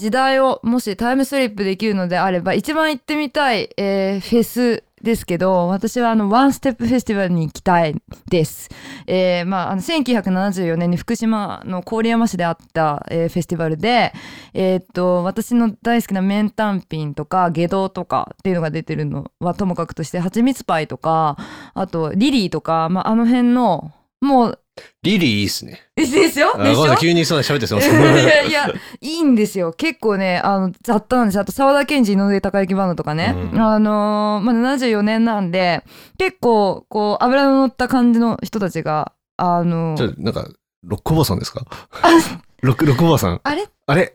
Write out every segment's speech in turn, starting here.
時代をもしタイムスリップできるのであれば一番行ってみたい、フェスですけど、私はワンステップフェスティバルに行きたいです。1974年に福島の郡山市であった、フェスティバルで、私の大好きなメンタンピンとかゲドとかっていうのが出てるのはともかくとして、はちみつパイとかあとリリーとか、あの辺のもうリリーいいっすね。 ですよ。でしょ。 急にそう喋ってすいません。いやいいんですよ。結構ね雑多なんです。あと沢田研二井上貴之バンドとかね、74年なんで結構こう脂の乗った感じの人たちがなんかロックおばさんですか？ロックおばさん。あれ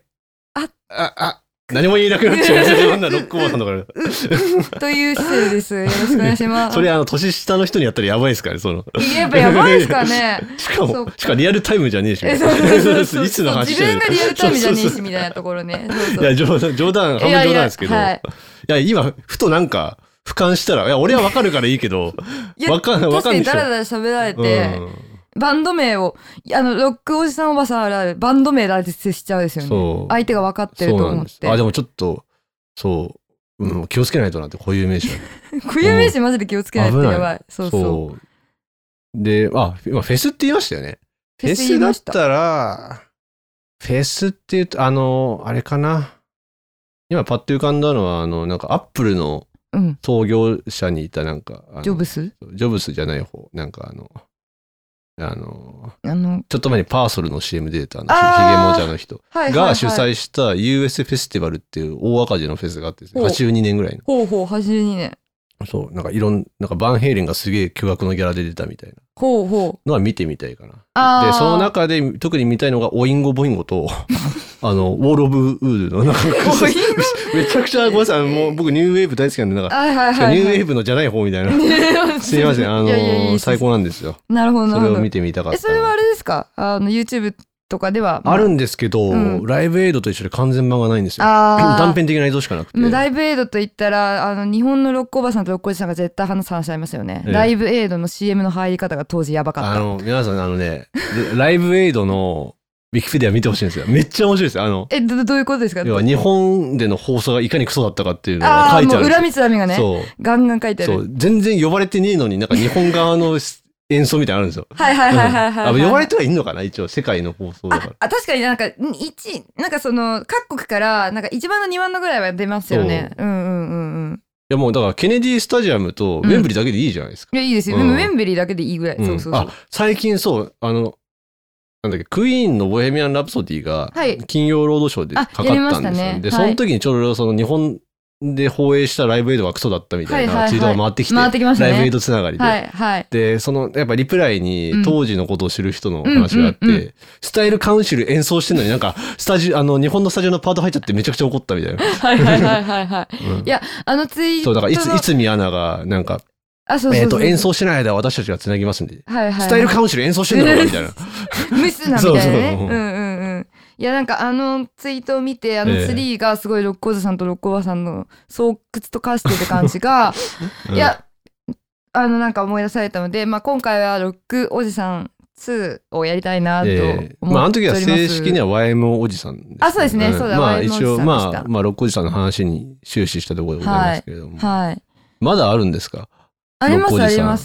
何も言えなくなっちゃう。そんなロックおばさんだからという姿勢です。よろしくお願いします。 それ年下の人にやったらやばいですかね。 やっぱやばいですかね。 しかもリアルタイムじゃねえし。いつの話？ 自分がリアルタイムじゃねえしみたいなところね。 いや冗談半分冗談ですけど、いや今ふとなんか俯瞰したら、いや俺はわかるからいいけど、わかんないでしょ。 確かにだらだら喋られて。バンド名をロックおじさんおばさんあるバンド名だってしちゃうですよね。相手が分かってると思って。 でもちょっと気をつけないとなって。固有名詞固有名詞マジで気をつけないとやばい。そうで今フェスって言いましたよね。フェスだったらフェスって言うとあれかな、今パッと浮かんだのはなんかアップルの創業者にいたなんかジョブスじゃない方、なんかちょっと前にパーソルの CM 出たヒゲモジャの人が主催した US フェスティバルっていう大赤字のフェスがあって、82年ぐらいの。 82年。 そうなんかバンヘイレンがすげえ巨額のギャラで出たみたいなのは見てみたいかな。でその中で特に見たいのがオインゴボインゴとウォール・オブ・ウールのなんかめちゃくちゃごめんなさい、もう僕ニューウェーブ大好きなんで、なんかニューウェーブのじゃない方みたいなすいません最高なんですよ。 なるほど。 それを見てみたかった。 それはあれですかYouTubeとかでは、 あるんですけど、ライブエイドと一緒で完全版がないんですよ。断片的な映像しかなくて。 ライブエイドといったら日本のロックおばさんとロックおじさんが絶対話し合いますよね。ライブエイドの CM の入り方が当時やばかった。 皆さんライブエイドのウィキペディア見てほしいんですよ。めっちゃ面白いですよ。 どういうことですか？ 要は日本での放送がいかにクソだったかっていうのが書いてあるんですよ。 もう恨みつらみがね、ガンガン書いてある。 そう全然呼ばれてねえのになんか日本側の演奏みたいなのあるんですよ。呼ばれてはいいのかな、一応世界の放送だから。 確かになんかその各国からなんか1番の2番のぐらいは出ますよね。いやもうだからケネディスタジアムとウェンブリーだけでいいじゃないですか。 いやいいですよ。でもウェンブリーだけでいいぐらい。 最近なんだっけ、クイーンのボヘミアン・ラプソディが金曜ロードショーでかかったんですよ。でその時にちょうどその日本で放映したライブエイドがクソだったみたいなツイートが回ってきて、ライブエイドつながりで、でそのやっぱリプライに当時のことを知る人の話があって、スタイルカウンシル演奏してんのになんか日本のスタジオのパート入っちゃってめちゃくちゃ怒ったみたいな。 いやツイートそうだからいつみアナがなんか演奏してない間は私たちがつなぎますんで、スタイルカウンシル演奏してんのかみたいな。 無視なみたいなね。いやなんかツイートを見てツリーがすごいロックおじさんとロックおばさんの巣窟と化してる感じがいやなんか思い出されたので、今回はロックおじさん2をやりたいなと思っております。 あの時は正式には YMO おじさんです、ね。 そうですね。そうだ。 一応ロックおじさんの話に終始したところでございますけれども、まだあるんですか？ ありますあります。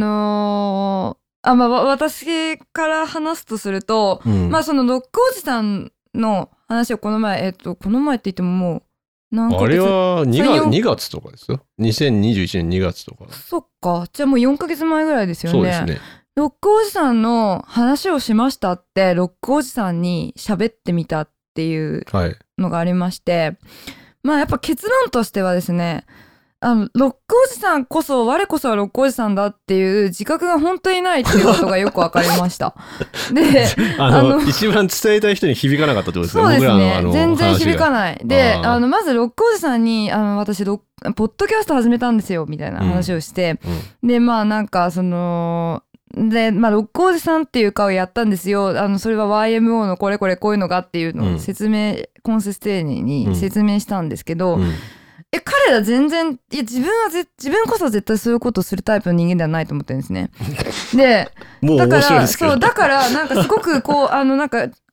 私から話すとすると、そのロックおじさんの話をこの前って言ってももう何ヶ月、 あれは2月とかですよ。2021年2月とか。 そっか。じゃあもう4ヶ月前ぐらいですよね。 そうですね。 ロックおじさんの話をしましたってロックおじさんに喋ってみたっていうのがありまして、やっぱ結論としてはですね、ロックおじさんこそ我こそはロックおじさんだっていう自覚が本当にないっていうことがよく分かりましたで一番伝えたい人に響かなかったってことですね。 そうですね。全然響かないで、まずロックおじさんに私ポッドキャスト始めたんですよみたいな話をして、でなんかロックおじさんっていう顔やったんですよ。それは YMO のこれこういうのがっていうのを説明、コンセス丁寧に説明したんですけど、彼ら全然自分こそ絶対そういうことをするタイプの人間ではないと思ってるんですね。でもう面白いですけど、 だからなんかすごくなんか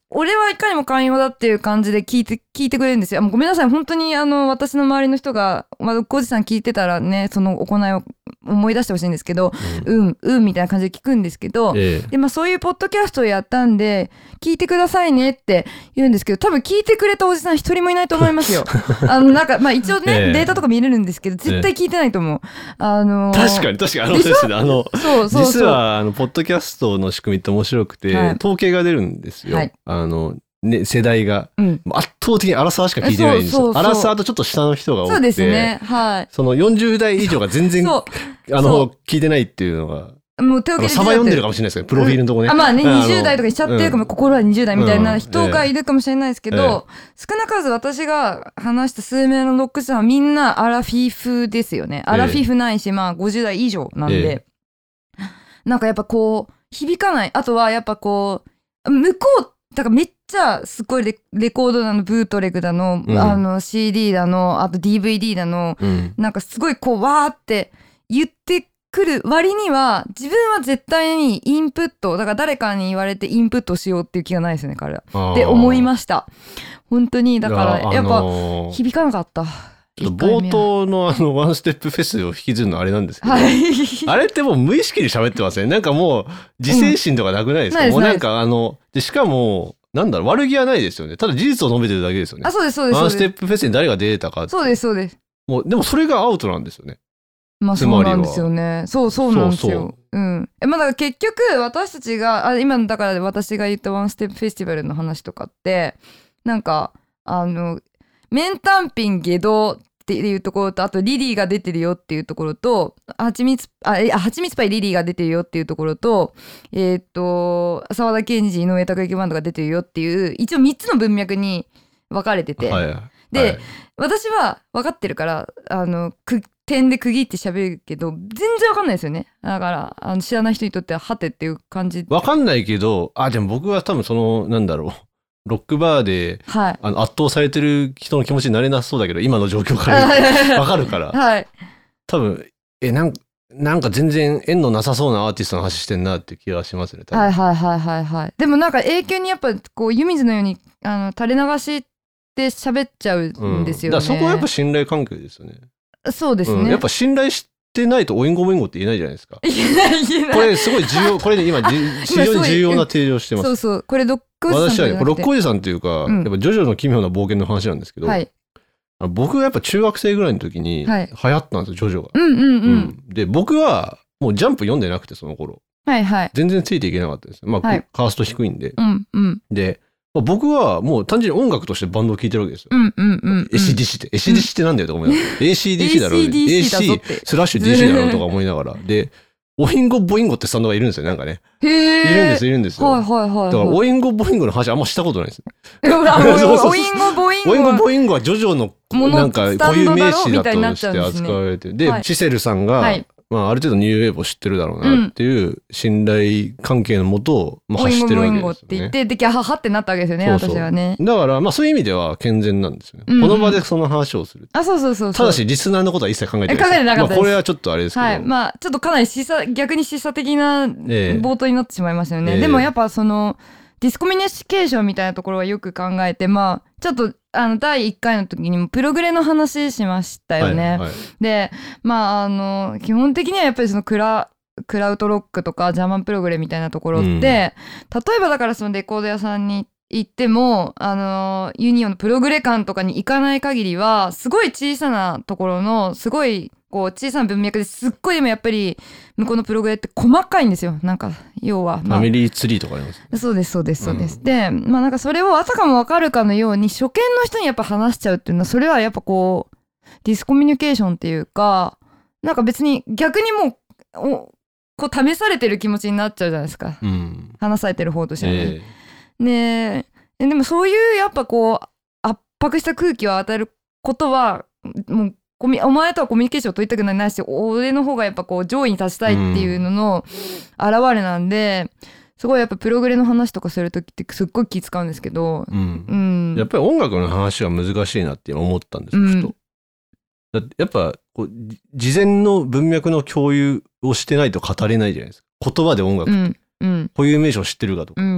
俺はいかにも寛容だっていう感じで聞いてくれるんですよ。もうごめんなさい、本当に私の周りの人が、おじさん聞いてたらね、その行いを思い出してほしいんですけど、みたいな感じで聞くんですけど、でそういうポッドキャストをやったんで聞いてくださいねって言うんですけど、多分聞いてくれたおじさん一人もいないと思いますよ。なんか一応ね、データとか見れるんですけど絶対聞いてないと思う。 確かにですね。そう実はポッドキャストの仕組みって面白くて、統計が出るんですよ。はい、ね、世代が、圧倒的にアラサーしか聞いてないんですよ。アラサーとちょっと下の人が多くて、そうですね、はい、その40代以上が全然聞いてないっていうのが。もう手をサバ読んでるかもしれないですけど、プロフィールのとこね。 まあね、20代とかにしちゃってるかも、心は20代みたいな人がいるかもしれないですけど、少なからず私が話した数名のロックスターはみんなアラフィフですよね。アラフィフないし、50代以上なんで、なんかやっぱこう、響かない。あとはやっぱこう、向こう、だからめっちゃすごいレコードだの、ブートレグだの、CD だの、あと DVD だの、なんかすごいこう、わーって言ってくる割には、自分は絶対にインプット、だから誰かに言われてインプットしようっていう気がないですよね、彼ら。って思いました。本当に、だからやっぱ響かなかった。 冒頭のワンステップフェスを引きずるのあれなんですけど、あれってもう無意識に喋ってません？なんかもう自制心とかなくないですか？もうなんかでしかもなんだろう、悪気はないですよね。ただ事実を述べてるだけですよね。 そうですそうです。 ワンステップフェスに誰が出たかって。 そうですそうです。 もうでもそれがアウトなんですよね。 まあそうなんですよね。そうなんですよ。だから結局私たちが今だから私が言ったワンステップフェスティバルの話とかってなんかメンタンピンゲドっていうところと、あとリリーが出てるよっていうところと、はちみつパイリリーが出てるよっていうところと、沢田研二井上貴之バンドが出てるよっていう一応3つの文脈に分かれてて、で、私は分かってるから点で区切って喋るけど全然分かんないですよね。だから知らない人にとってははてっていう感じ。 分かんないけど、でも僕は多分なんだろう、ロックバーで、圧倒されてる人の気持ちになれなそうだけど、今の状況から分かるから、多分なんか全然縁のなさそうなアーティストの話してんなって気がしますね。 でもなんか永久にやっぱこう湯水のように垂れ流しって喋っちゃうんですよね。 だからそこはやっぱ信頼関係ですよね。 そうですね。 やっぱ信頼してないとオインゴボインゴって言えないじゃないですか。言えない。これすごい重要、これね今非常に重要な提示をしてます。 そうこれロックおじさん。私はロックおじさんっていうか、やっぱジョジョの奇妙な冒険の話なんですけど、僕がやっぱ中学生ぐらいの時に流行ったんですよ、ジョジョが。で僕はもうジャンプ読んでなくてその頃、全然ついていけなかったです。カースト低いんで。で僕はもう単純に音楽としてバンドを聴いてるわけですよ。ACDC って。ACDC ってなんだよとか思いながら。ACDC だろ。AC/DC だろとか思いながら。で、オインゴボインゴってスタンドがいるんですよ、なんかね。いるんですよ。だからオインゴボインゴの話あんましたことないです。 オインゴボインゴはジョジョのなんか固有名詞だとして扱われて。で、チセルさんが、ある程度ニューウェーブを知ってるだろうなっていう信頼関係のもとを走ってるわけですよね。オインゴって言ってでギャハハってなったわけですよね。私はね。 だからそういう意味では健全なんですよね。この場でその話をする。 そうただしリスナーのことは一切考えてないです。考えてなかったです。これはちょっとあれですけど。 ちょっとかなり逆に示唆的な冒頭になってしまいましたよね。でもやっぱディスコミュニケーションみたいなところはよく考えて、ちょっと第1回の時にもプログレの話しましたよね。で基本的にはやっぱりクラウトロックとかジャーマンプログレみたいなところって、例えばだからそのレコード屋さんに行ってもユニオンのプログレ館とかに行かない限りはすごい小さなところのすごいこう小さな文脈ですっごいでもやっぱり向こうのプログレって細かいんですよ。なんか要は、 ファミリーツリーとかありますね。 そうです。でなんかそれをあたかも分かるかのように初見の人にやっぱ話しちゃうっていうのはそれはやっぱこうディスコミュニケーションっていうかなんか別に逆にもうこう試されてる気持ちになっちゃうじゃないですか、話されてる方としてはね。でもそういうやっぱこう圧迫した空気を与えることはもうお前とはコミュニケーションを取りたくないし俺の方がやっぱこう上位に立ちたいっていうのの表れなんで、すごいやっぱプログレの話とかするときってすっごい気使うんですけど、 やっぱり音楽の話は難しいなって思ったんですよ、ふと。だってやっぱこう事前の文脈の共有をしてないと語れないじゃないですか。言葉で音楽って、固有名詞を知ってるかとか、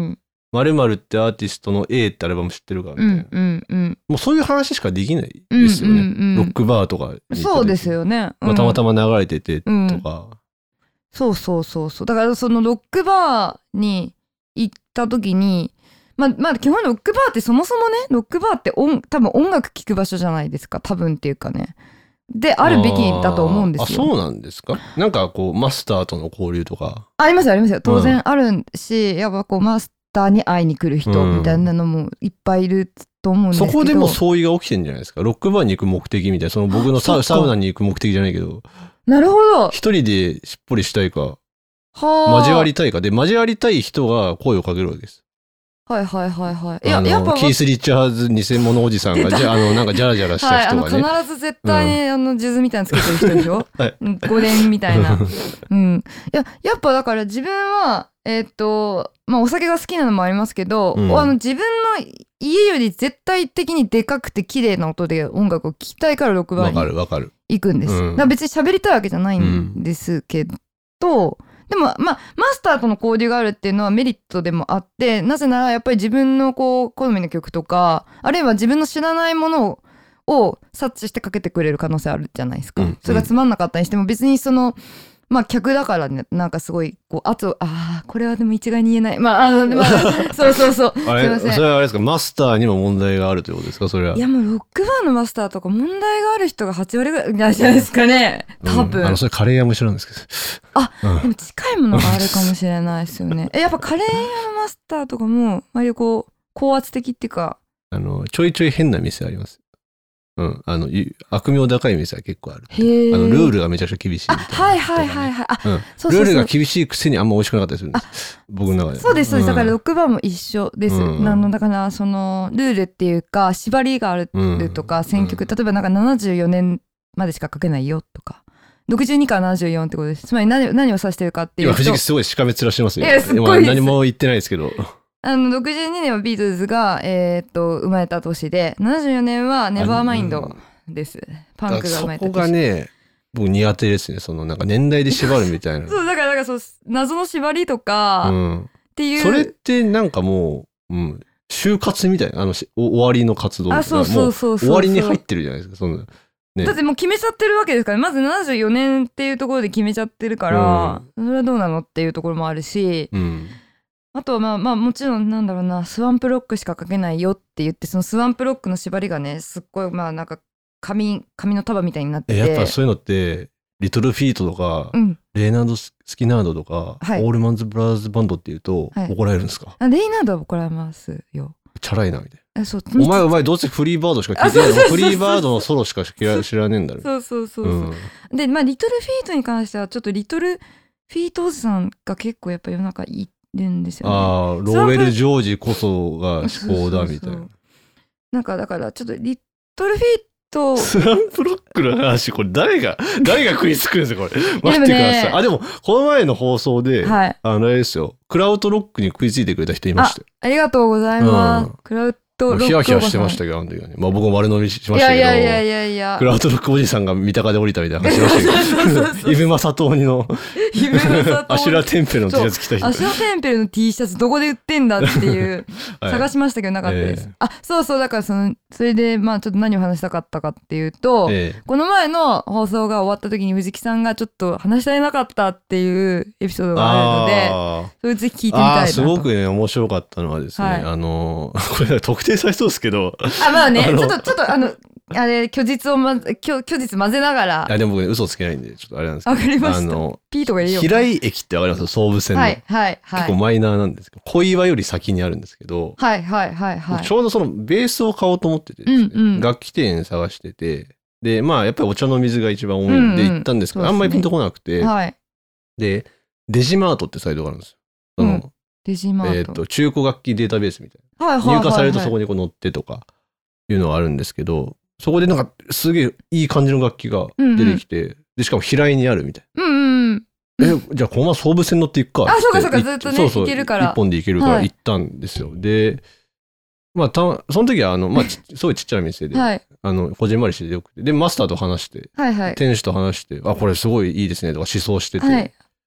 〇〇ってアーティストの A ってアルバム知ってるかみたいな、 うんうんうん、 もうそういう話しかできないですよね、 うんうんうん、 ロックバーとかそうですよね、 まあ、たまたま流れててとか、 そうだからそのロックバーに行った時にまあ基本ロックバーってそもそもね、ロックバーって多分音楽聴く場所じゃないですか、多分っていうかね、であるべきだと思うんですよ。 そうなんですか。なんかこうマスターとの交流とかありますよ当然あるし、やっぱこうマスターに会いに来る人みたいなのもいっぱいいると思うんですけど、 そこでも相違が起きてんじゃないですか。ロックバーに行く目的みたいな、その僕のサウナに行く目的じゃないけど、 なるほど、 一人でしっぽりしたいか交わりたいかで、交わりたい人が声をかけるわけです。 はいはいはいはい。 やっぱキース・リッチャーズ偽物おじさんがなんかジャラジャラした人がね、 はい、必ず絶対に数珠みたいなのつけてる人でしょ、はい、5連みたいな、うん、やっぱだから自分はまあお酒が好きなのもありますけど、自分の家より絶対的にでかくて綺麗な音で音楽を聴きたいからロックバーに行くんです。だから別に喋りたいわけじゃないんですけど、でもまあマスターとの交流があるっていうのはメリットでもあって、なぜならやっぱり自分のこう好みの曲とか、あるいは自分の知らないものを察知してかけてくれる可能性あるじゃないですか、それがつまんなかったにしても別にそのまあ客だからね、なんかすごいこうこれはでも一概に言えない、そうあれ、それはあれですか、マスターにも問題があるということですか、それは。 いやもうロックバーのマスターとか問題がある人が8割ぐらいじゃないですかね、多分。 それカレー屋も一緒なんですけど。 でも近いものがあるかもしれないですよね。やっぱカレー屋のマスターとかも割とこう高圧的っていうか、 ちょいちょい変な店あります。悪名高い店は結構ある。ルールがめちゃくちゃ厳しいみたいな、ね。はい。ルールが厳しいくせにあんま美味しくなかったりするんです。僕の中で。そうです。だからロックバーも一緒です。だからそのルールっていうか縛りがあるとか、選曲、例えばなんか74年までしか書けないよとか。62から74ってことです。つまり何を指してるかっていうと。今藤木すごいしかめつらしてますよ。 何も言ってないですけど。 62年はビートルズが、生まれた年で、74年はネバーマインドです。パンクが生まれた年。 そこがね、僕苦手ですね。そのなんか年代で縛るみたいな。 そう、だからそう、謎の縛りとか、っていう。 それってなんかもう、就活みたいな、終わりの活動みたいな。そう終わりに入ってるじゃないですか。 ね、だってもう決めちゃってるわけですから、まず74年っていうところで決めちゃってるから、それはどうなのっていうところもあるし、あとはまあもちろんなんだろうな、スワンプロックしか書けないよって言って、そのスワンプロックの縛りがね、すっごいなんか紙の束みたいになってて、 やっぱそういうのってリトルフィートとか、レイナード・スキナードとか、オールマンズ・ブラザーズ・バンドっていうと怒られるんですか？ レイナードは怒られますよ。 チャラいなみたいな。お前どうせフリーバードしか聞いてない。フリーバードのソロしか知らねえんだろ。そう、でリトルフィートに関してはちょっとリトルフィートおじさんが結構やっぱ世の中いるんですよね。 ローウェル・ジョージこそが思考だみたいな。 なんかだからちょっとリトルフィートスワンプロックの話、これ誰が食いつくんですかこれ。待ってください。でもこの前の放送で、あれですよ、クラウドロックに食いついてくれた人いましたよ。 ありがとうございます。クラウドヒヤヒヤしてましたけど、あの時はね。僕も丸飲みしましたけど。いや。クラウドロックおじさんが三鷹で降りたみたいな話しましたけど。イブマサトーニのアシュラテンペルの T シャツ着た人。 アシュラテンペルの T シャツどこで売ってんだっていう、探しましたけどなかったです。そう、だからそれでちょっと何を話したかったかっていうと、この前の放送が終わった時に藤木さんがちょっと話し足りなかったっていうエピソードがあるので、それぜひ聞いてみたいなと。 すごくね、面白かったのはですね、これ特定されそうですけど。 ちょっとあれ虚実混ぜながら。 でも僕ね、嘘つけないんでちょっとあれなんですけど。 わかりました。ピーとか入れよう。 平井駅ってわかります？総武線の。結構マイナーなんですけど、小岩より先にあるんですけど。ちょうどそのベースを買おうと思っててですね、楽器店探してて、でやっぱりお茶の水が一番多いんで行ったんですけど、あんまりピンとこなくて、でデジマートってサイトがあるんですよ。 デジマート。 中古楽器データベースみたいな。入荷されるとそこに載ってとかいうのがあるんですけど、そこでなんかすげえいい感じの楽器が出てきて、でしかも平井にあるみたいな。じゃあこのまま総武線乗っていくかって。 そうかずっとね行けるから。 一本で行けるから行ったんですよ。で、その時はすごいちっちゃい店で、こじんまりしててよくて、でマスターと話して、店主と話して、これすごいいいですねとか思想してて。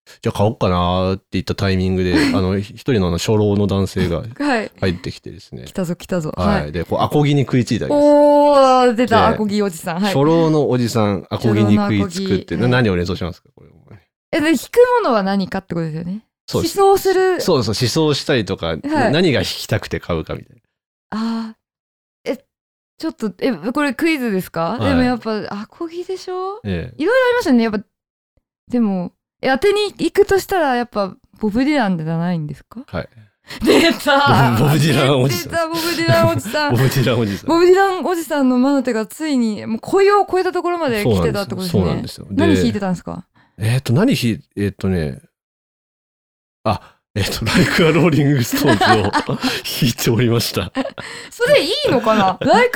じゃあ買おうかなって言ったタイミングで、一人の初老の男性が入ってきてですね。 来たぞ来たぞ。 はい。で、アコギに食いついたりです。 おー、出た、アコギおじさん。 初老のおじさん、アコギに食いつくって、何を連想しますかこれ。 で、弾くものは何かってことですよね。思想する。 そうそう、思想したりとか、何が弾きたくて買うかみたいな。ちょっと、これクイズですか？でもやっぱ、アコギでしょ？いろいろありますよね。やっぱ、でも、当てに行くとしたら、やっぱ、ボブ・ディランじゃないんですか？ はい。 出たボブ・ディランおじさん。 出た、ボブ・ディランおじさん。 ボブ・ディランおじさん。 ボブ・ディランおじさんの魔の手がついに、もう恋を超えたところまで来てたってことですね。 そうなんですよ。 何弾いてたんですか？ Like a Rolling Stones を弾いておりました。 それいいのかな？ Like a Rolling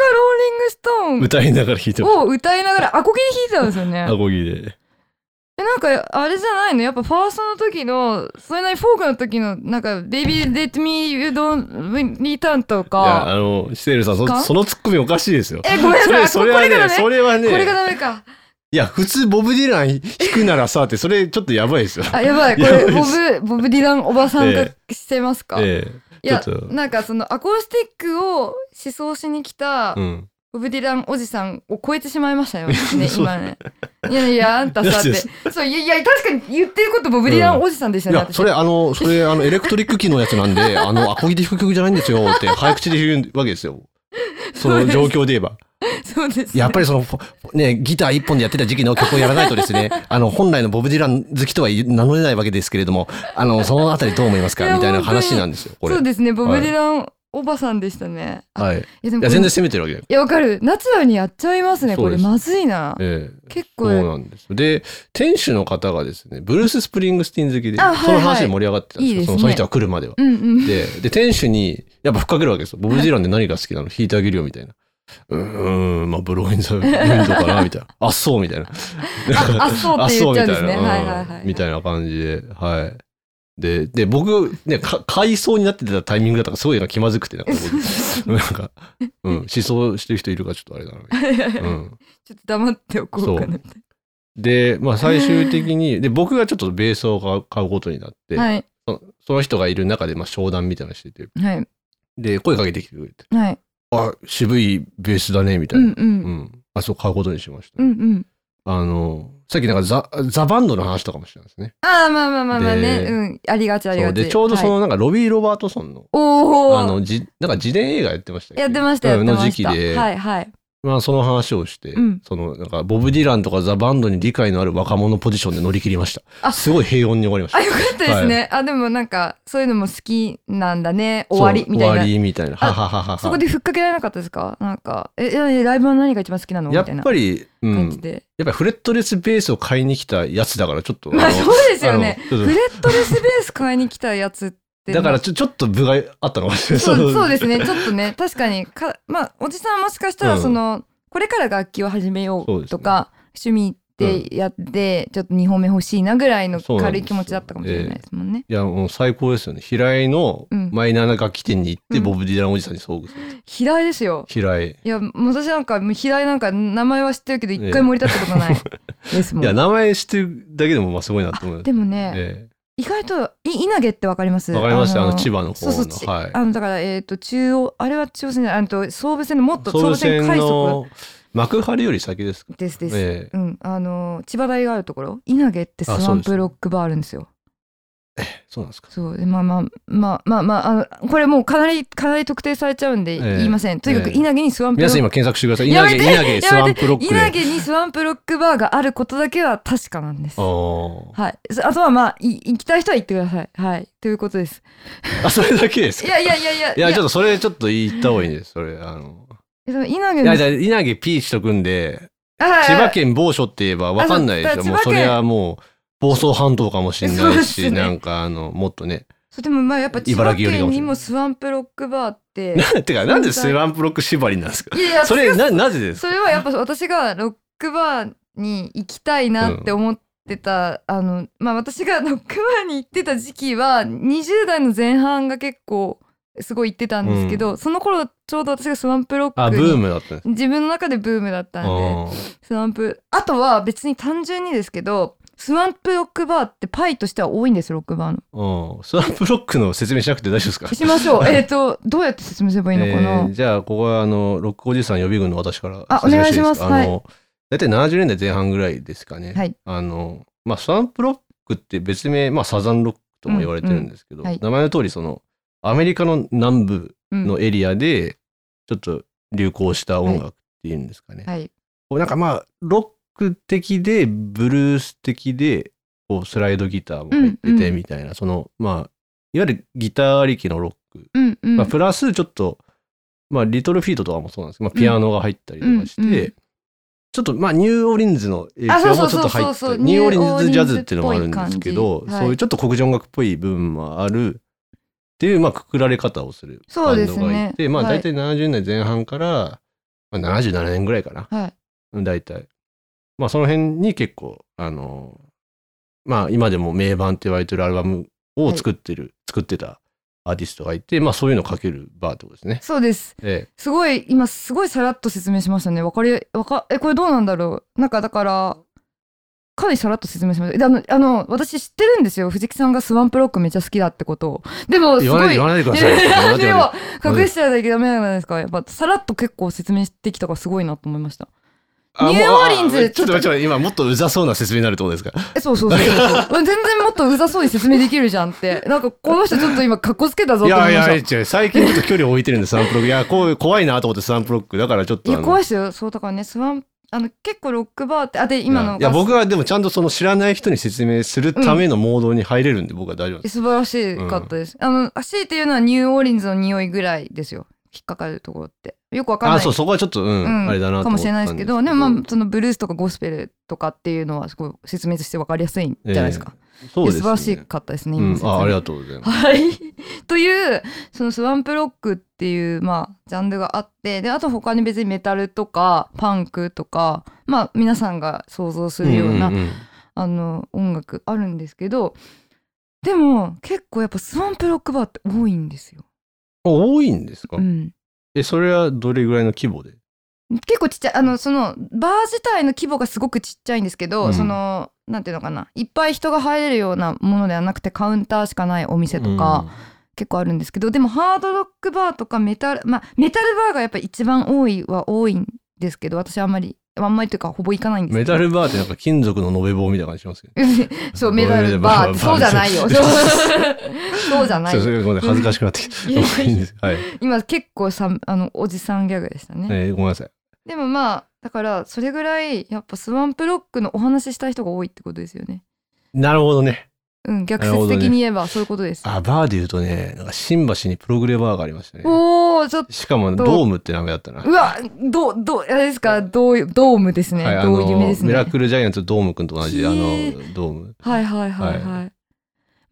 Stone 歌いながら弾いてました。 歌いながらアコギで弾いてたんですよね。 アコギで。 なんかあれじゃないの？やっぱファーストの時のそれなりフォークの時のなんか Baby Let Me You Don't Return とか。 いやシセルさんそのツッコミおかしいですよ。 ごめんなさい。 それはね。 これがダメか。 いや普通ボブ・ディラン弾くならさってそれちょっとやばいですよ。 やばいこれボブ・ディランおばさんがしてますか？いやなんかそのアコースティックを思想しに来た、ボブ・ディランおじさんを超えてしまいましたよね今ね。いやあんたさってそういや確かに言ってることボブ・ディランおじさんでしたね。いやそれエレクトリック機のやつなんでアコギで弾く曲じゃないんですよって早口で言うわけですよ。その状況で言えば。 そうです、 ね、やっぱりギター一本でやってた時期の曲をやらないとですね本来のボブ・ディラン好きとは名乗れないわけですけれどもそのあたりどう思いますかみたいな話なんですよこれ。 そうですねボブ・ディランおばさんでしたね。 はい。いや全然攻めてるわけだよ。 いやわかる。ナチュラルにやっちゃいますねこれ。まずいな。結構。 そうなんです。で店主の方がですねブルース・スプリングスティーン好きでその話で盛り上がってたんですよ。その人が来るまでは。で店主にやっぱふっかけるわけですよ。ボブ・ディランで何が好きなの弾いてあげるよみたいな。まあブローインザウィンドかなみたいな。あそうみたいな。 あそうって言っちゃうんですね。 みたいな感じではい。で僕ね買いそうになってたタイミングだったからすごい気まずくてなんか思想してる人いるかちょっとあれだなみたいな。ちょっと黙っておこうかなって。 でまあ最終的にで僕がちょっとベースを買うことになって、はい、その人がいる中で商談みたいなのしてて、はい、で声かけてきてくれて。はい渋いベースだねみたいな、そう買うことにしました。さっきなんかザバンドの話とかもしてたんですね。 まあね、ありがち。 でちょうどなんかロビー・ロバートソンのなんか自伝映画やってましたっけ？ やってましたの時期で、まあその話をして、なんかボブ・ディランとかザ・バンドに理解のある若者ポジションで乗り切りました。すごい平穏に終わりました。 よかったですね。でもなんかそういうのも好きなんだね。終わりみたいな。 終わりみたいな。 そこでふっかけられなかったですか？なんかライブは何が一番好きなのみたいな。 やっぱりやっぱりフレットレスベースを買いに来たやつだからちょっと。 そうですよね。フレットレスベース買いに来たやつって。 だからちょっと部があったのかもしれない。 そうですね。ちょっとね確かにまあおじさんもしかしたらこれから楽器を始めようとか、趣味でやって、ちょっと2本目欲しいなぐらいの軽い気持ちだったかもしれないですもんね。 いやもう最高ですよね。平井のマイナーな楽器店に行って、ボブ・ディランおじさんに遭遇する。 平井ですよ。 平井。 いや私なんか平井なんか名前は知ってるけど一回も降り立ったことないですもん。 いや名前知ってるだけでもまあすごいなと思います。 でもね、意外と稲毛ってわかります？ わかりました。千葉の方の。 そうだから中央あれは中央線じゃない総武線のもっと総武線快速幕張より先ですか？ です。千葉大があるところ稲毛ってスワンプロックバーあるんですよ。 そうなんですか。 そうでまあこれもうかなり特定されちゃうんで言いません。とにかく稲毛にスワンプロック、 皆さん今検索してください。稲毛スワンプロック。 稲毛にスワンプロックバーがあることだけは確かなんです。はい。あとはまあ行きたい人は行ってください。はいということです。 それだけですか？いやちょっとそれちょっと言った方がいいんです。それ稲毛ピーチと組んで千葉県某所って言えば分かんないでしょ。もうそれはもう房総半島かもしれないし、なんかもっとね。 でもまあやっぱ千葉県にもスワンプロックバーっててかなんでスワンプロック縛りなんですか？それなぜですか？ それはやっぱ私がロックバーに行きたいなって思ってた、まあ私がロックバーに行ってた時期は20代の前半が結構すごい行ってたんですけど、その頃ちょうど私がスワンプロックにブームだったんです。 自分の中でブームだったんでスワンプあとは別に単純にですけどスワンプロックバーってパイとしては多いんです、ロックバーの。スワンプロックの説明しなくて大丈夫ですか？ しましょう。どうやって説明すればいいのかな。 じゃあ、ここはロックおじさん予備軍の私から説明していいですか？お願いします。 はい。大体70年代前半ぐらいですかね。 はい。 スワンプロックって別名、サザンロックとも言われてるんですけど、名前の通り、アメリカの南部のエリアで、ちょっと流行した音楽っていうんですかね。 はい。 なんかロック的で、ブルース的で、スライドギターも入っててみたいな、いわゆるギターありきのロック。プラスちょっと、リトルフィートとかもそうなんですけど、ピアノが入ったりとかして、ちょっとニューオーリンズの影響もちょっと入って、ニューオーリンズジャズっていうのもあるんですけど、そういうちょっと黒人音楽っぽい部分もあるっていう、くくられ方をするバンドがいて、大体70年前半から、77年ぐらいかな。大体。その辺に結構、今でも名盤って言われてるアルバムを作ってたアーティストがいて、そういうのをかけるバーってことですね。 そうです。すごいさらっと説明しましたね。これどうなんだろう。なんかだから、かなりさらっと説明しました。私知ってるんですよ。藤木さんがスワンプロックめっちゃ好きだってことを。でも、すごい。 言わないでください。 でも、隠しちゃダメなんですか。やっぱ、さらっと結構説明してきたからすごいなと思いました。ニューオーリンズちょっと今もっとうざそうな説明になるってことですか？ そう全然もっとうざそうに説明できるじゃんって。なんかこの人ちょっと今カッコつけたぞって思いました。 いや最近ちょっと距離を置いてるんでスワンプロック。いや怖いなと思ってスワンプロックだからちょっと。 いや怖いですよ。そうだからね結構ロックバーってで今のいや僕はでもちゃんと知らない人に説明するためのモードに入れるんで僕は大丈夫です。 素晴らしかったです。強いて言うのはニューオーリンズの匂いぐらいですよ。引っかかるところってよくわかんない。 そこはちょっとあれだなと思ったんですけど、 かもしれないですけど、でもそのブルースとかゴスペルとかっていうのはすごい説明としてわかりやすいんじゃないですか。 そうですね。 素晴らしかったですね。 ありがとうございます。 はい。というそのスワンプロックっていうジャンルがあって、であと他に別にメタルとかパンクとか皆さんが想像するような、音楽あるんですけど、でも結構やっぱスワンプロックバーって多いんですよ。 多いんですか？それはどれぐらいの規模で？ 結構ちっちゃいそのバー自体の規模がすごくちっちゃいんですけど、なんていうのかな、いっぱい人が入れるようなものではなくてカウンターしかないお店とか、結構あるんですけど、でもハードロックバーとかメタルバーがやっぱり一番多いんですけど、私あんまりというかほぼ行かないんですけど。 メタルバーってなんか金属の延べ棒みたいな感じしますけどそうメタルバーってそうじゃないよそうじゃないよ。 恥ずかしくなってきた今結構おじさんギャグでしたね。 ごめんなさい。 でもだからそれぐらいやっぱスワンプロックのお話ししたい人が多いってことですよね。 なるほどね。 逆説的に言えばそういうことです。 バーで言うとね、なんか新橋にプログレバーがありましたね。しかもドームって名前だったな。 うわ、あれですか、ドームですね。有名ですね。 ミラクルジャイアンツドームくんと同じドーム。 はい。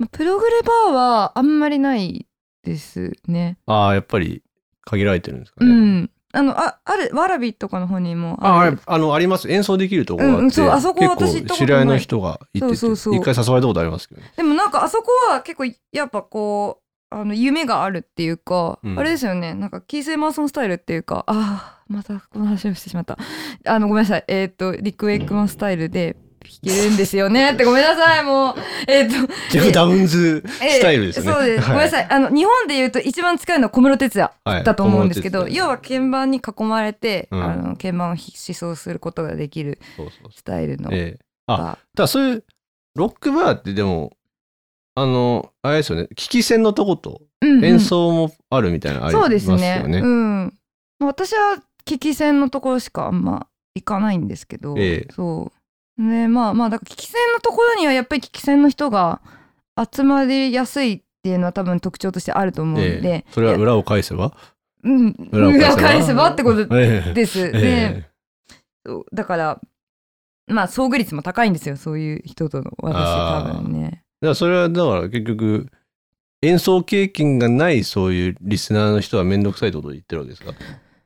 プログレバーはあんまりないですね。 やっぱり限られてるんですかね。 わらびとかの方にもあります。演奏できるところがあって、 あそこ私行ったことない。 結構知り合いの人が行ってて、一回誘われたことありますけどね。 でもなんかあそこは結構やっぱこう夢があるっていうか、あれですよね、なんかキース・エマーソンスタイルっていうか、またこの話をしてしまった。ごめんなさい、リック・ウェイクマンスタイルで弾けるんですよねって、ごめんなさい、もうジェフ・ダウンズスタイルですね。 そうです、ごめんなさい。日本でいうと一番近いのは小室哲哉だと思うんですけど、要は鍵盤に囲まれて、鍵盤を思想することができるスタイルのただそういうロックバーってでもあれですよね、聞き戦のとこと演奏もあるみたいなのありますよね。 そうですね。私は聞き戦のところしかあんま行かないんですけど、そうね、だから聞き戦のところにはやっぱり聞き戦の人が集まりやすいっていうのは多分特徴としてあると思うんで、 それは裏を返せば裏を返せばってことです。でだから遭遇率も高いんですよ、そういう人との私多分ね。 それはだから結局演奏経験がないそういうリスナーの人は面倒くさいってことを言ってるわけですか？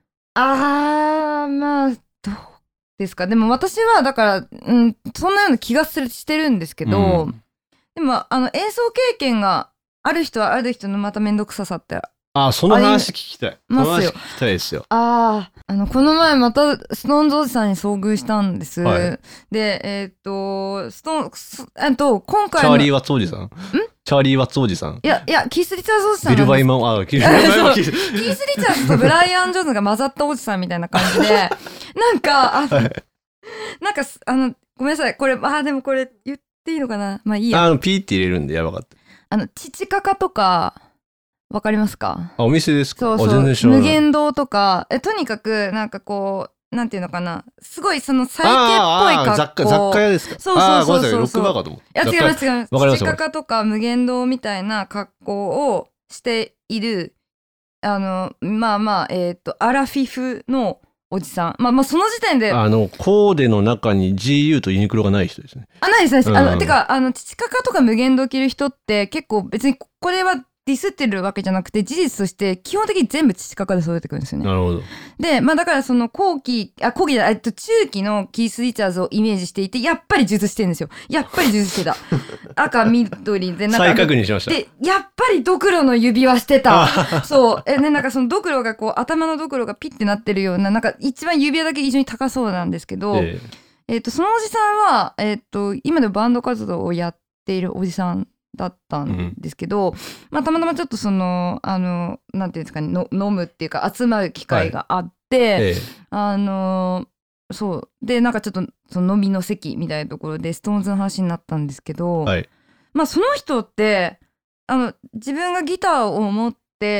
どうですか。でも私はだから、そんなような気がしてるんですけど、でも演奏経験がある人はある人のまた面倒くささってその話聞きたい。その話聞きたいですよ。 この前またストーンズおじさんに遭遇したんです。はい、で、今回のチャーリー・ワッツおじさん？チャーリー・ワッツおじさん？ いや、キース・リチャーズおじさん。 ビル・バイマン、 キース・リチャーズとブライアン・ジョーンズが混ざったおじさんみたいな感じで、なんか、ごめんなさい、これ、でもこれ言っていいのかな？まあいいや。 ピーって入れるんでやばかった。 チカカとか、わかりますか？ お店ですか？ そう、無限堂とか、とにかくなんかこうなんていうのかな、すごいそのサイケっぽい格好。 雑貨屋ですか？ そうごめんなさい、ロックバーガーと思って。 いや違います。チカカとか無限堂みたいな格好をしているアラフィフのおじさん。その時点でコーデの中に GU とユニクロがない人ですね。 ないです。てかチカカとか無限堂着る人って結構別にこれはディスってるわけじゃなくて、事実として基本的に全部チカカで揃えてくるんですよね。 なるほど。 で、だからその中期のキース・リチャーズをイメージしていて、やっぱり数珠してるんですよ。やっぱり数珠してた。赤、緑で、 再確認しました。 で、やっぱりドクロの指輪してた。そう。なんかそのドクロがこう、頭のドクロがピッてなってるような、なんか一番指輪だけ非常に高そうなんですけど、そのおじさんは、今でもバンド活動をやっているおじさんだったんですけど、たまたまちょっとそのなんていうんですかね、飲むっていうか集まる機会があって、そうでなんかちょっとその飲みの席みたいなところでストーンズの話になったんですけど、その人って自分がギターを持って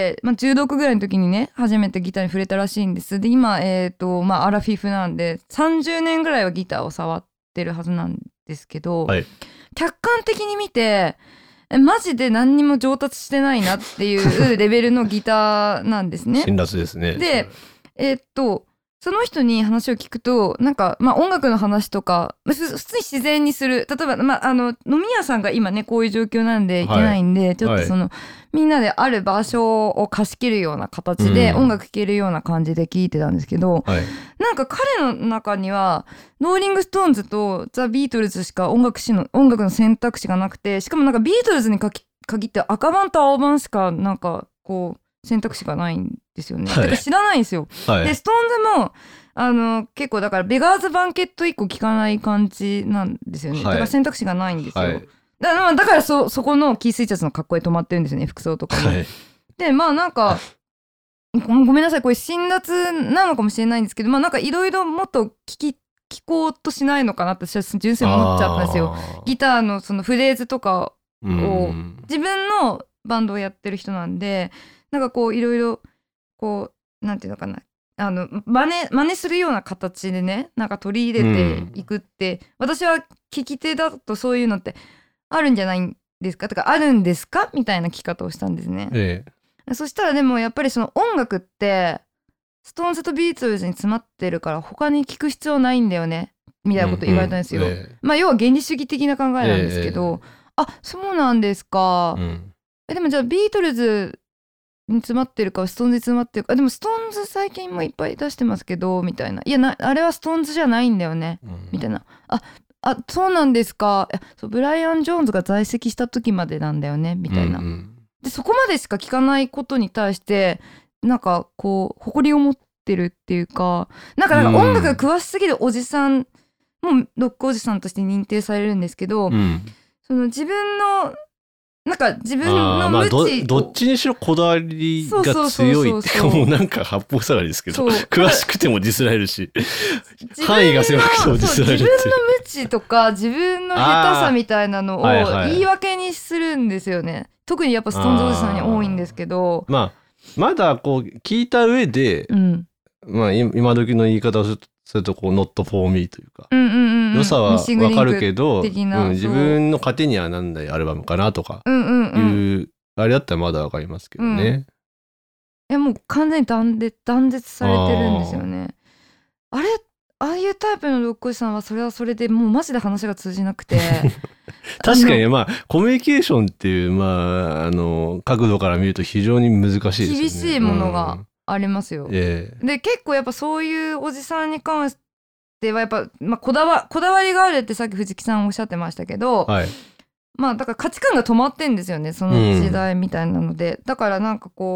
、16ぐらいの時にね初めてギターに触れたらしいんです。で今アラフィフなんで30年ぐらいはギターを触ってるはずなんですけど、客観的に見てマジで何にも上達してないなっていうレベルのギターなんですね。 辛辣ですね。 で、その人に話を聞くと、なんか、音楽の話とか普通に自然にする。例えば、飲み屋さんが今ねこういう状況なんで行けないんで、ちょっとその、みんなである場所を貸し切るような形で音楽聴けるような感じで聴いてたんですけど、なんか彼の中にはローリングストーンズとザ・ビートルズしか音楽の選択肢がなくて、しかもなんかビートルズに限って赤版と青版しかなんかこう選択肢がないんですよね。だから知らないんですよ。でストーンズも結構だからベガーズバンケット1個聴かない感じなんですよね。だから選択肢がないんですよ。だからそこのキース・リチャーズの格好で止まってるんですよね、服装とかも。でなんかごめんなさい、これ辛辣なのかもしれないんですけど、なんかいろいろもっと聞こうとしないのかなって私は純粋に思っちゃったんですよ。ギターのそのフレーズとかを自分のバンドをやってる人なんで、なんかこういろいろこうなんていうのかな、真似するような形でね、なんか取り入れていくって、私は聞き手だとそういうのってあるんじゃないんですかとか、あるんですかみたいな聞き方をしたんですね。そしたらでもやっぱりその音楽ってストーンズとビートルズに詰まってるから他に聞く必要ないんだよねみたいなこと言われたんですよ。要は原理主義的な考えなんですけど、そうなんですか。でもじゃあビートルズに詰まってるかストーンズに詰まってるか、でもストーンズ最近もいっぱい出してますけどみたいな、いやあれはストーンズじゃないんだよね、みたいな。そうなんですか。ブライアン・ジョーンズが在籍した時までなんだよねみたいな。でそこまでしか聞かないことに対してなんかこう誇りを持ってるっていうか、なんか音楽が詳しすぎるおじさんもロックおじさんとして認定されるんですけど、その自分のなんか自分の無知どっちにしろこだわりが強いってか、もうなんか八方塞がりですけど、詳しくてもディスられるし範囲が狭くてもディスられるって、 自分の無知とか自分の下手さみたいなのを言い訳にするんですよね。特にやっぱストーンズおじさんに多いんですけど、 まだこう聞いた上で、今時の言い方をするとこう not for me というか、良さは分かるけど、自分の糧にはなんないアルバムかなとかいうあれだったらまだ分かりますけどね。 もう完全に断絶されてるんですよね。ああいうタイプのロックおじさんはそれはそれでもうマジで話が通じなくて確かにコミュニケーションっていう角度から見ると非常に難しいですよね。 厳しいものがありますよ。で結構やっぱそういうおじさんに関してはやっぱ、こだわりがあるってさっき藤木さんおっしゃってましたけど、だから価値観が止まってんですよね、その時代みたいなので。だからなんかこう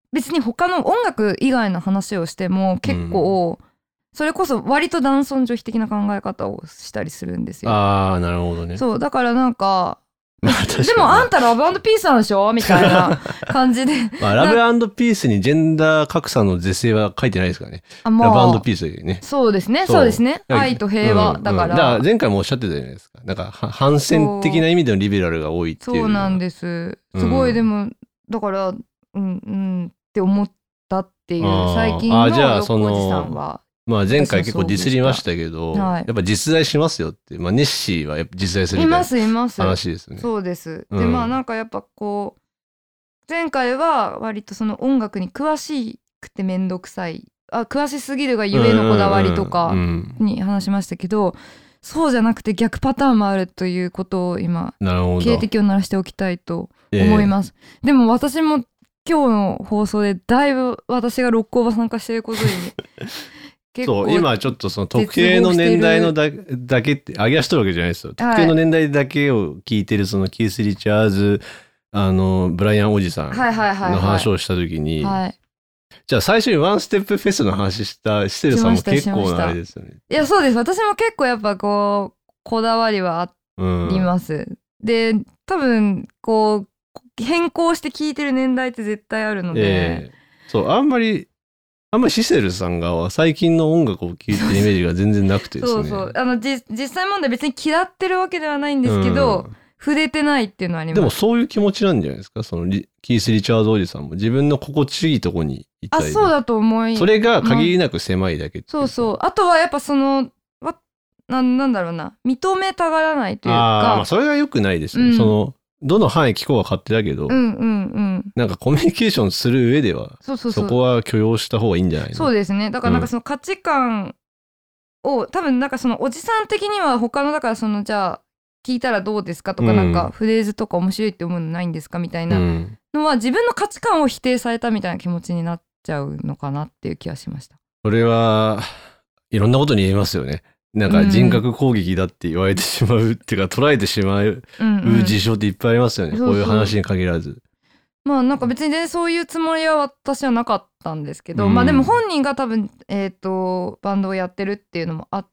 別に他の音楽以外の話をしても結構、それこそ割と男尊女卑的な考え方をしたりするんですよ。 ああ、なるほどね。 そうだからなんかでもあんたラブ&ピースなんでしょみたいな感じでまあ、ラブ&ピースにジェンダー格差の是正は書いてないですからね。まあ、ラブ&ピースでね。 そうですね。そうですね。愛と平和、だから。だから前回もおっしゃってたじゃないですか。なんか反戦的な意味でのリベラルが多いっていう。 そうなんです。すごい、でもだからって思ったっていう最近の六甲おじさんは。 まあ前回結構ディスりましたけど、やっぱ実在しますよって、まあネッシーはやっぱ実在するみたいな話ですね。 そうです。でまあなんかやっぱこう前回は割とその音楽に詳しくてめんどくさい、詳しすぎるがゆえのこだわりとかに話しましたけど、そうじゃなくて逆パターンもあるということを今警笛を鳴らしておきたいと思います。でも私も今日の放送でだいぶ私が六甲が参加していることにそう今ちょっとその特定の年代のだけって上げ足取るわけじゃないですよ。特定の年代だけを聞いてるそのキース・リチャーズブライアンおじさんの話をした時に、じゃあ最初にワンステップフェスの話してるさんも結構なあれですよね。 いやそうです。私も結構やっぱこだわりはあります。で多分こう変更して聴いてる年代って絶対あるので、 そうあんまりシセルさんが最近の音楽を聴いてるイメージが全然なくてですね。 そう実際問題別に嫌ってるわけではないんですけど、触れてないっていうのはあります。 でもそういう気持ちなんじゃないですか。そのキース・リチャードおじさんも自分の心地いいとこにいたい。 そうだと思います。 それが限りなく狭いだけ。 そうあとはやっぱそのなんだろうな、認めたがらないというか。 まあそれは良くないですね。そのどの範囲聞こうは勝手だけど、なんかコミュニケーションする上ではそこは許容した方がいいんじゃないの。 そうですね。だからなんかその価値観を、多分なんかそのおじさん的には他のだからそのじゃあ聞いたらどうですかとか、なんかフレーズとか面白いって思うのないんですかみたいなのは、自分の価値観を否定されたみたいな気持ちになっちゃうのかなっていう気がしました。 それはいろんなことに言えますよね。なんか人格攻撃だって言われてしまうっていうか捉えてしまう事象っていっぱいありますよね。こういう話に限らず。 まあなんか別に全然そういうつもりは私はなかったんですけど、まあでも本人が多分バンドをやってるっていうのもあって、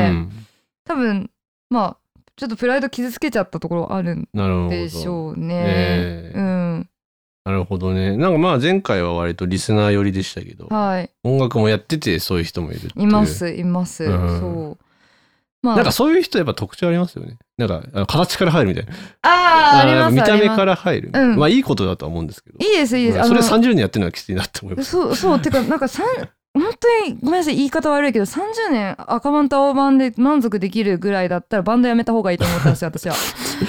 多分まあちょっとプライド傷つけちゃったところあるんでしょうね。 なるほどね。なんかまあ前回は割とリスナー寄りでしたけど、音楽もやっててそういう人もいるっていう。 います。そう。まあ、 なんかそういう人やっぱ特徴ありますよね。なんか形から入るみたいな。 あります。 見た目から入る。まあいいことだとは思うんですけど。 いいです。 それ30年やってるのはきついなって思います。 そうてかなんか本当にごめんなさい言い方悪いけど30年赤版と青版で満足できるぐらいだったらバンドやめた方がいいと思ったんですよ私は。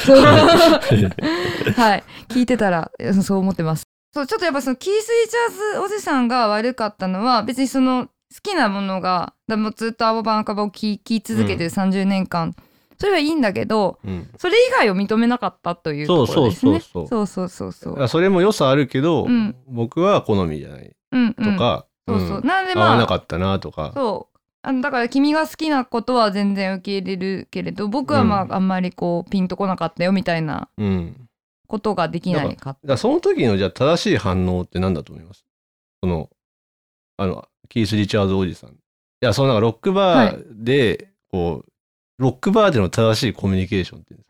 はい聞いてたらそう思ってます。そうちょっとやっぱそのキース・リチャーズおじさんが悪かったのは別にその好きなものがもうずっと青版赤版を聴き続けてる30年間、それはいいんだけど、それ以外を認めなかったというところですね。そうそれも良さあるけど、僕は好みじゃないとか、 なんで合わなかったなとか。 だから君が好きなことは全然受け入れるけれど僕はまああんまりこうピンとこなかったよみたいなことができないかった。 だからその時のじゃあ正しい反応って何だと思います？そのキース・リチャーズおじさん。いやそのなんかロックバーでこう、ロックバーでの正しいコミュニケーションって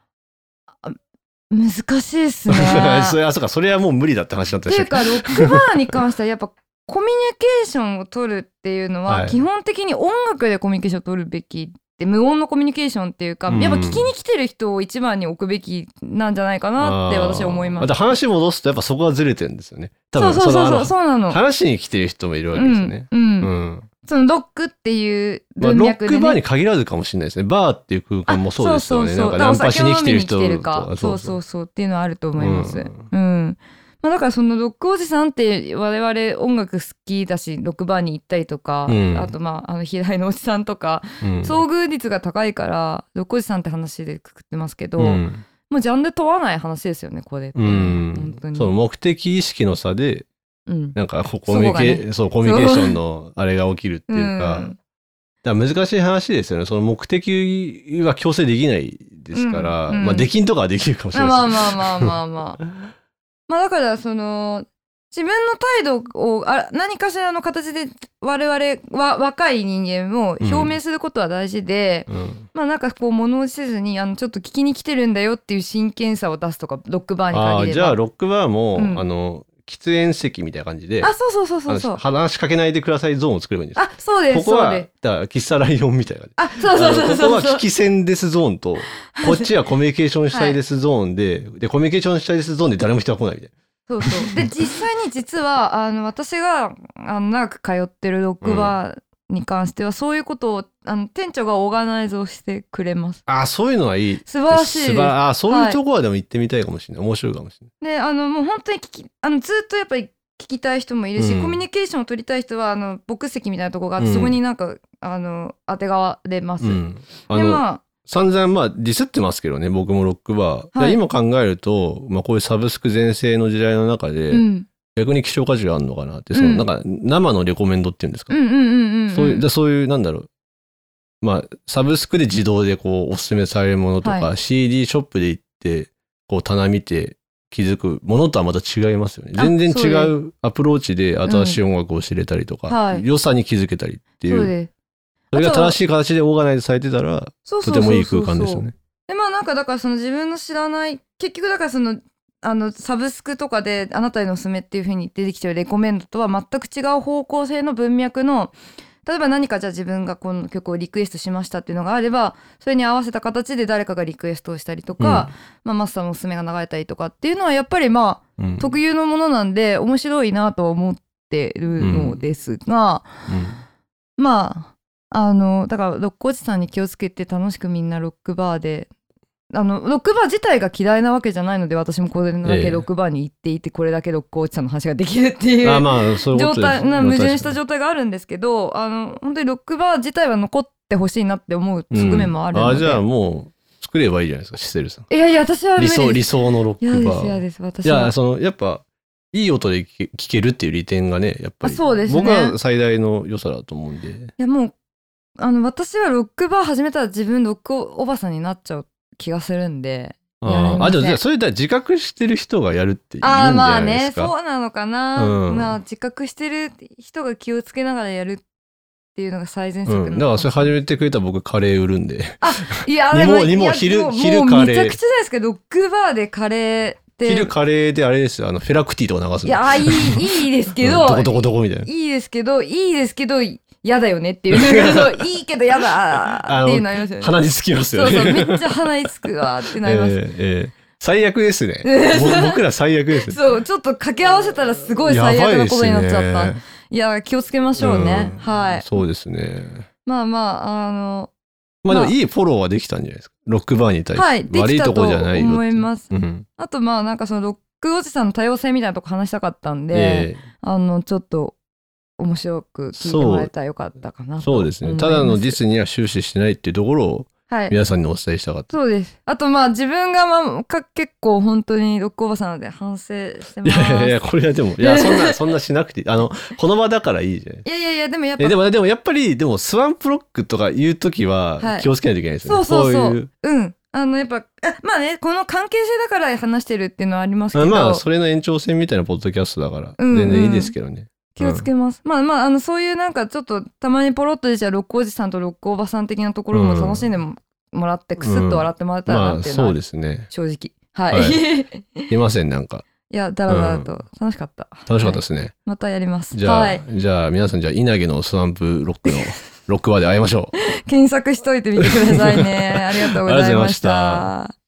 難しいですね。 そうかそれはもう無理だって話だったっていうかロックバーに関してはやっぱコミュニケーションを取るっていうのは基本的に音楽でコミュニケーションを取るべきで、無音のコミュニケーションっていうか、やっぱ聞きに来てる人を一番に置くべきなんじゃないかなって私は思います。 話戻すとやっぱそこはずれてるんですよね。多分そうなの。 話に来てる人もいるわけですよね。 そのロックっていう文脈で、ね、 ロックバーに限らずかもしれないですね。バーっていう空間もそうですよね。なんかナンパしに来てる人とそうっていうのはあると思います。まあ、だからそのロックおじさんって我々音楽好きだしロックバーに行ったりとか、あとまあ平井のおじさんとか、遭遇率が高いからロックおじさんって話でくくってますけど、もうジャンル問わない話ですよねこれって、本当にその目的意識の差でなんかコミュニケーションのあれが起きるっていうか、だから難しい話ですよね。その目的は強制できないですから、まあできんとかはできるかもしれないです。 まあだからその自分の態度を何かしらの形で我々は若い人間も表明することは大事で、まあなんかこう物おじせずにちょっと聞きに来てるんだよっていう真剣さを出すとか、ロックバーに限れば。 じゃあロックバーも、喫煙席みたいな感じで、 そう話しかけないでくださいゾーンを作ればいいんです。 そうです。 ここはだから喫茶ライオンみたいな感じ。ここは聞き戦ですゾーンと、こっちはコミュニケーションしたいですゾーンでコミュニケーションしたいですゾーンで誰も人が来ないみたいな。 で実際に実は私が長く通ってるロックバーに関しては、そういうことを店長がオーガナイズをしてくれます。 そういうのはいい。 素晴らしいです。 そういうところはでも行ってみたいかもしれない。面白いかもしれない。でもう本当にずっとやっぱり聞きたい人もいるし、コミュニケーションを取りたい人は僕席みたいなところがあって、そこになんか当てがわれます。で散々ディスってますけどね、僕もロックバー。今考えると、こういうサブスク全盛の時代の中で、逆に希少価値があるのかなって、なんか生のレコメンドっていうんですか。そういうなんだろう。サブスクで自動でこうおすすめされるものとか、CD ショップで行ってこう棚見て気づくものとはまた違いますよね。全然違うアプローチで新しい音楽を知れたりとか、良さに気づけたりっていう。それが正しい形でオーガナイズされてたらとてもいい空間ですよね。 でなんかだから自分の知らない結局だからサブスクとかであなたへのおすすめっていう風に出てきてるレコメンドとは全く違う方向性の文脈の、例えば何かじゃあ自分がこの曲をリクエストしましたっていうのがあれば、それに合わせた形で誰かがリクエストをしたりとか、マスターのおすすめが流れたりとかっていうのはやっぱり特有のものなんで面白いなと思ってるのですが、だからロックおじさんに気をつけて楽しくみんなロックバーでロックバー自体が嫌いなわけじゃないので、私もこれだけロックバーに行っていて、これだけロックおじさんの話ができるっていう状態、矛盾した状態があるんですけど、本当にロックバー自体は残ってほしいなって思う側面もあるので、 じゃあもう作ればいいじゃないですか、シセルさん。 いや私は理想のロックバー。 嫌です私は。 やっぱいい音で聴けるっていう利点がね、やっぱりそうですね、 僕は最大の良さだと思うんで。いやもう私はロックバー始めたら自分ロックおばさんになっちゃう気がするんで。 でもそれで自覚してる人がやるっていうんじゃないですか。 そうなのかな。自覚してる人が気をつけながらやるっていうのが最善策なのかもしれない。 だからそれ始めてくれたら僕カレー売るんで。 いやでも昼カレー。めちゃくちゃじゃないですか、ロックバーでカレー。 昼カレーであれですよ、フェラクティとか流すの。 いやいいですけど。 どこみたいな。 いいですけど嫌だよねっていう。いいけど嫌だっていうのありますよね。 鼻につきますよね。 そうめっちゃ鼻につくわってなります。 最悪ですね。僕ら最悪ですね。 そう、ちょっと掛け合わせたらすごい最悪なことになっちゃった。いや、気をつけましょうね。はい。 そうですね。 でもいいフォローはできたんじゃないですか。ロックバーに対して。 はい、 悪いとこじゃないよ。 思います。あとなんかロックおじさんの多様性みたいなとこ話したかったんで、ちょっと面白く聞いてもらえたらよかったかなと。 そうですね。ただのディスには終始してないっていうところを皆さんにお伝えしたかった。 そうです。あと自分が結構本当にロックおばさんなので反省してます。 いやこれはでもそんなしなくてこの場だからいいじゃない。 いやでもやっぱでもやっぱりスワンプロックとか言うときは気をつけないといけないですよね。 そうやっぱこの関係性だから話してるっていうのはありますけど、 それの延長線みたいなポッドキャストだから全然いいですけどね。 気をつけます。そういうなんかちょっとたまにポロッと出ちゃうロックおじさんとロックおばさん的なところも楽しんでもらってクスッと笑ってもらえたらなっていうのは、そうですね。正直。はい。 いませんなんか。 いやだらだらと楽しかった。 楽しかったですね。 またやります。 じゃあ皆さん稲毛のスワンプロックのロックバーで会いましょう。 検索しといてみてくださいね。ありがとうございました。